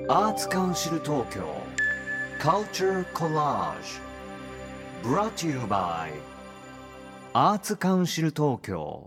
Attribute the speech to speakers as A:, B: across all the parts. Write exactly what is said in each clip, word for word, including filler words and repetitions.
A: Arts Council Tokyo Culture Collage Brought to you by Arts Council Tokyo。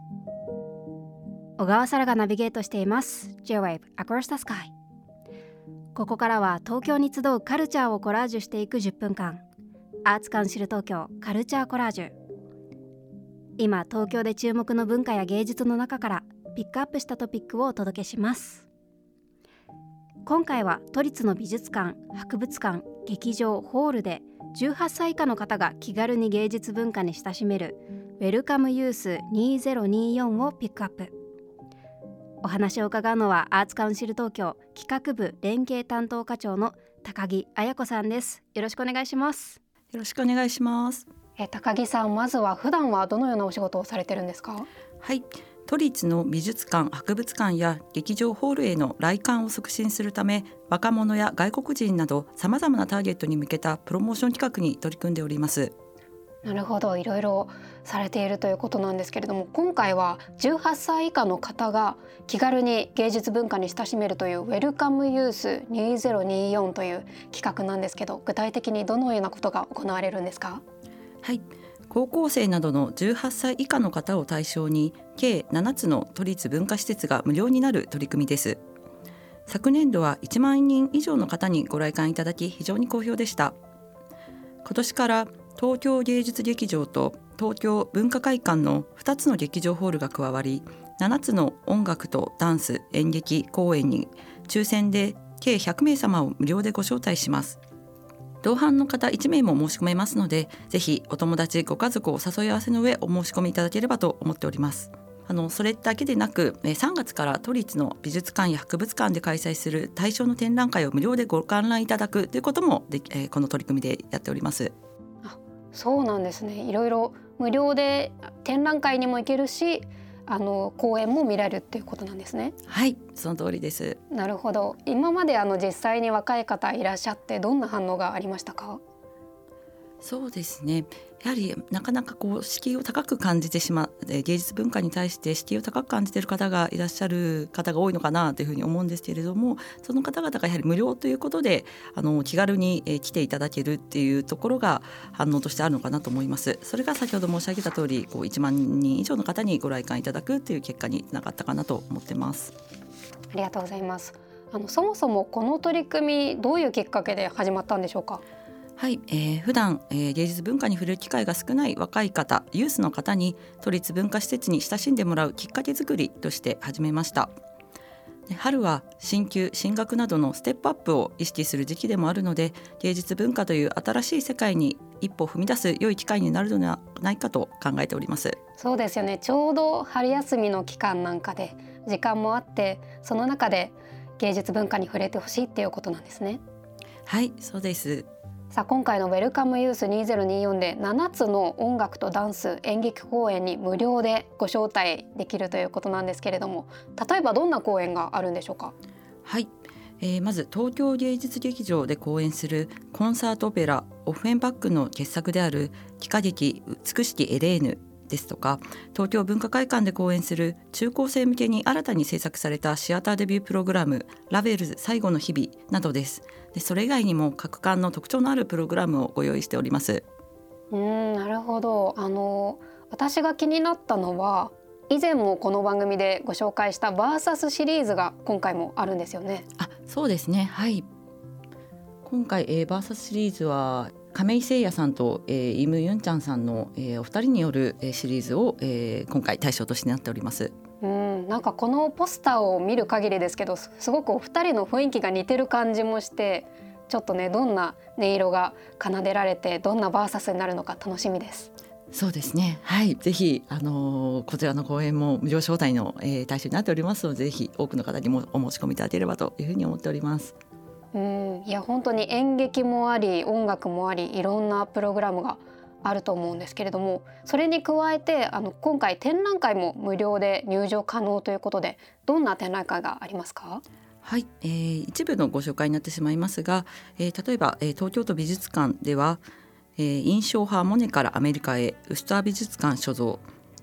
B: 小川沙羅がナビゲートしています J-Wave Across the Sky。 ここからは東京に集うカルチャーをコラージュしていくじゅっぷんかん、アーツカウンシル東京カルチャーコラージュ。今東京で注目の文化や芸術の中からピックアップしたトピックをお届けします。今回は都立の美術館、博物館、劇場、ホールでじゅうはっさい以下の方が気軽に芸術文化に親しめるウェルカムユースにせんにじゅうよんをピックアップ。お話を伺うのはアーツカウンシル東京企画部連携担当課長の高木彩子さんです。よろしくお願いします。
C: よろしくお願いします。
B: え高木さん、まずは普段はどのようなお仕事をされてるんですか？
C: はい、都立の美術館、博物館や劇場ホールへの来館を促進するため、若者や外国人などさまざまなターゲットに向けたプロモーション企画に取り組んでおります。
B: なるほど、いろいろされているということなんですけれども、今回はじゅうはっさい以下の方が気軽に芸術文化に親しめるというウェルカムユースにせんにじゅうよんという企画なんですけど、具体的にどのようなことが行われるんですか？
C: はい、高校生などのじゅうはっさい以下の方を対象に計ななつの都立文化施設が無料になる取り組みです。昨年度はいちまんにん以上の方にご来館いただき、非常に好評でした。今年から東京芸術劇場と東京文化会館のふたつの劇場ホールが加わり、ななつの音楽とダンス、演劇公演に抽選で計ひゃくめい様を無料でご招待します。同伴の方いちめいも申し込めますので、ぜひお友達ご家族をお誘い合わせの上お申し込みいただければと思っております。あのそれだけでなく、さんがつから都立の美術館や博物館で開催する対象の展覧会を無料でご観覧いただくということもで、えー、この取り組みでやっております。
B: あ、そうなんですね。いろいろ無料で展覧会にも行けるし、あの公演も見られるっていうことなんですね。
C: はい、その通りです。
B: なるほど。今まであの実際に若い方いらっしゃって、どんな反応がありましたか？
C: そうですね、やはりなかなかこう敷居を高く感じてしまう、芸術文化に対して敷居を高く感じている方がいらっしゃる方が多いのかなというふうに思うんですけれども、その方々がやはり無料ということであの気軽に来ていただけるっていうところが反応としてあるのかなと思います。それが先ほど申し上げた通り、こういちまんにん以上の方にご来館いただくという結果につながったかなと思ってます。
B: ありがとうございます。あのそもそもこの取り組み、どういうきっかけで始まったんでしょうか？
C: はい、えー、普段、えー、芸術文化に触れる機会が少ない若い方、ユースの方に都立文化施設に親しんでもらうきっかけ作りとして始めました。で、春は進級進学などのステップアップを意識する時期でもあるので、芸術文化という新しい世界に一歩踏み出す良い機会になるのではないかと考えております。
B: そうですよね。ちょうど春休みの期間なんかで時間もあって、その中で芸術文化に触れてほしいっていうことなんですね。
C: はい、そうです。
B: さあ、今回のウェルカムユースにせんにじゅうよんでななつの音楽とダンス、演劇公演に無料でご招待できるということなんですけれども、例えばどんな公演があるんでしょうか？
C: はい、えー、まず東京芸術劇場で公演するコンサートオペラオフェンバックの傑作である喜歌劇美しきエレーヌですとか、東京文化会館で公演する中高生向けに新たに制作されたシアターデビュープログラムラベルズ最後の日々などです。で、それ以外にも各館の特徴のあるプログラムをご用意しております。
B: うーん、なるほど。あの私が気になったのは、以前もこの番組でご紹介したバーサスシリーズが今回もあるんですよね。
C: あ、そうですね、はい。今回、えー、バーサスシリーズは亀井誠也さんと、えー、イム・ユンチャンさんの、えー、お二人による、えー、シリーズを、えー、今回対象としてなっております。
B: うん、なんかこのポスターを見る限りですけど、すごくお二人の雰囲気が似てる感じもして、ちょっとね、どんな音色が奏でられてどんなバーサスになるのか楽しみです。
C: そうですね、はい、ぜひ、あのー、こちらの公演も無料招待の、えー、対象になっておりますので、ぜひ多くの方にもお申し込みいただければというふうに思っております。
B: うん、いや本当に演劇もあり音楽もあり、いろんなプログラムがあると思うんですけれども、それに加えてあの今回展覧会も無料で入場可能ということで、どんな展覧会がありますか？
C: はい、えー、一部のご紹介になってしまいますが、えー、例えば、えー、東京都美術館では、えー、印象派モネからアメリカへウスター美術館所蔵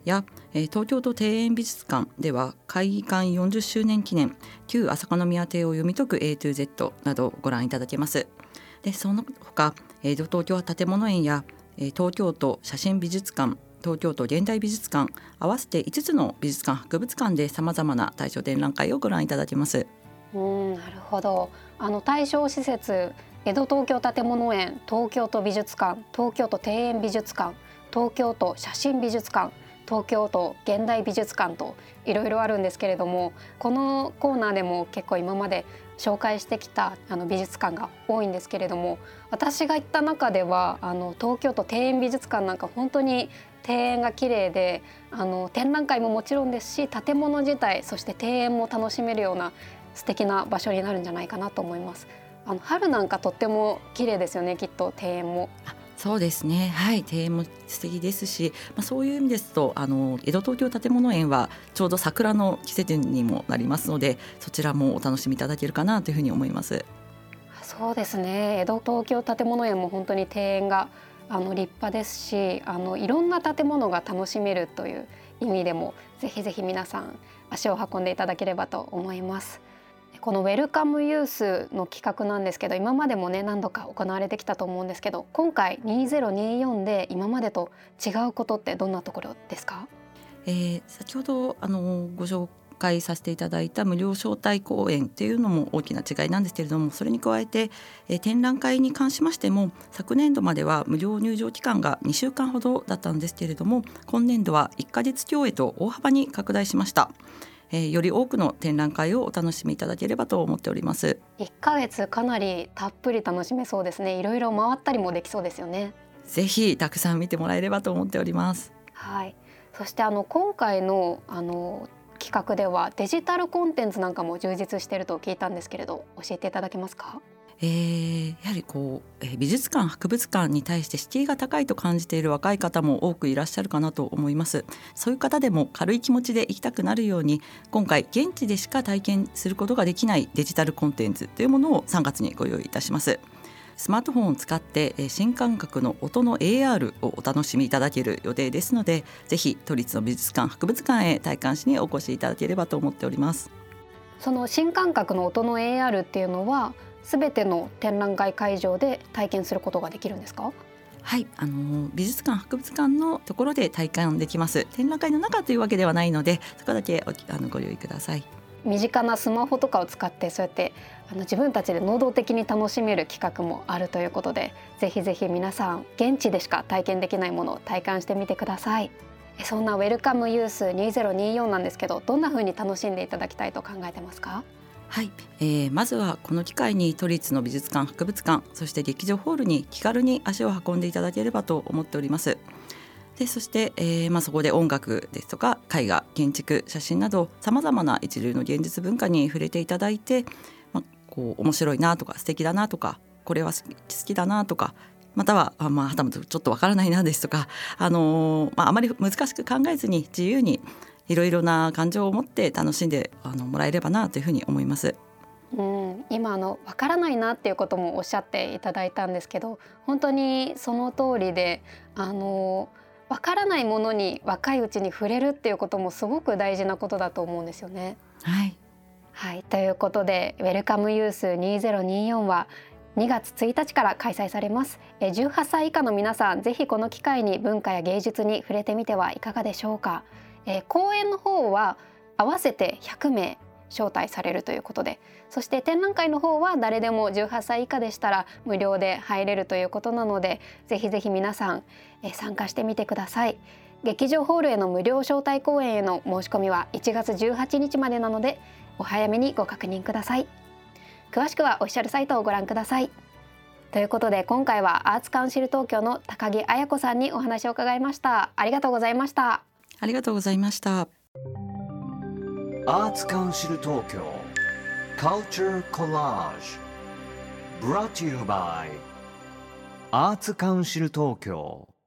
C: や、えー、東京都庭園美術館では開館よんじゅっしゅうねん記念旧朝香宮邸を読み解く エートゥーゼット などをご覧いただけます。でその他、江戸東京建物園や、えー、東京都写真美術館、東京都現代美術館、合わせていつつの美術館博物館でさまざまな対象展覧会をご覧いただけます。
B: うん、なるほど。あの対象施設、江戸東京建物園、東京都美術館、東京都庭園美術館、東京都写真美術館、東京都現代美術館といろいろあるんですけれども、このコーナーでも結構今まで紹介してきたあの美術館が多いんですけれども、私が行った中ではあの東京都庭園美術館なんか本当に庭園が綺麗で、あの展覧会ももちろんですし、建物自体そして庭園も楽しめるような素敵な場所になるんじゃないかなと思います。あの春なんかとっても綺麗ですよね、きっと庭園も。
C: そうですね、はい、庭園も素敵ですし、まあ、そういう意味ですとあの江戸東京建物園はちょうど桜の季節にもなりますので、そちらもお楽しみいただけるかなというふうに思います。
B: そうですね、江戸東京建物園も本当に庭園があの立派ですし、あのいろんな建物が楽しめるという意味でもぜひぜひ皆さん足を運んでいただければと思います。このウェルカムユースの企画なんですけど、今までもね何度か行われてきたと思うんですけど、今回にせんにじゅうよんで今までと違うことってどんなところですか？
C: えー、先ほどあのご紹介させていただいた無料招待公演っていうのも大きな違いなんですけれども、それに加えて、えー、展覧会に関しましても昨年度までは無料入場期間がにしゅうかんほどだったんですけれども、今年度はいっかげつ強へと大幅に拡大しました。えー、より多くの展覧会をお楽しみいただければと思っております。
B: いっかげつかなりたっぷり楽しめそうですね。いろいろ回ったりもできそうですよね。
C: ぜひたくさん見てもらえればと思っております。
B: はい、そしてあの今回のあの企画ではデジタルコンテンツなんかも充実していると聞いたんですけれど、教えていただけますか？
C: えー、やはりこう、えー、美術館博物館に対して敷居が高いと感じている若い方も多くいらっしゃるかなと思います。そういう方でも軽い気持ちで行きたくなるように、今回現地でしか体験することができないデジタルコンテンツというものをさんがつにご用意いたします。スマートフォンを使って新感覚の音の エーアール をお楽しみいただける予定ですので、ぜひ都立の美術館博物館へ体感しにお越しいただければと思っております。
B: その新感覚の音の エーアール っていうのはすべての展覧会会場で体験することができるんですか？
C: はい、あの美術館博物館のところで体感できます。展覧会の中というわけではないので、そこだけおあのご留意ください。
B: 身近なスマホとかを使ってそうやってあの自分たちで能動的に楽しめる企画もあるということで、ぜひぜひ皆さん現地でしか体験できないものを体感してみてください。そんなウェルカムユースにせんにじゅうよんなんですけど、どんな風に楽しんでいただきたいと考えてますか？
C: はい、えー、まずはこの機会に都立の美術館博物館、そして劇場ホールに気軽に足を運んでいただければと思っております。でそして、えーまあ、そこで音楽ですとか絵画、建築、写真などさまざまな一流の現実文化に触れていただいて、まあ、こう面白いなとか素敵だなとかこれは好き、好きだなとか、または、まあ、はたまたちょっとわからないなですとか、あのーまあ、あまり難しく考えずに自由にいろいろな感情を持って楽しんであのもらえればなというふうに思います。
B: うん、今あの分からないなっていうこともおっしゃっていただいたんですけど、本当にその通りで、あの分からないものに若いうちに触れるっていうこともすごく大事なことだと思うんですよね。
C: はい、
B: はい、ということでウェルカムユースにせんにじゅうよんはにがつついたちから開催されます。じゅうはっさい以下の皆さん、ぜひこの機会に文化や芸術に触れてみてはいかがでしょうか。えー、公演の方は合わせてひゃくめい招待されるということで、そして展覧会の方は誰でもじゅうはっさい以下でしたら無料で入れるということなので、ぜひぜひ皆さん、えー、参加してみてください。劇場ホールへの無料招待公演への申し込みはいちがつじゅうはちにちまでなので、お早めにご確認ください。詳しくはオフィシャルサイトをご覧ください。ということで今回はアーツカウンシル東京の高木彩子さんにお話を伺いました。ありがとうございました。
C: ありがとうございました。
A: アーツカウンシル東京 Culture Collage Brought to you by アーツカウンシル東京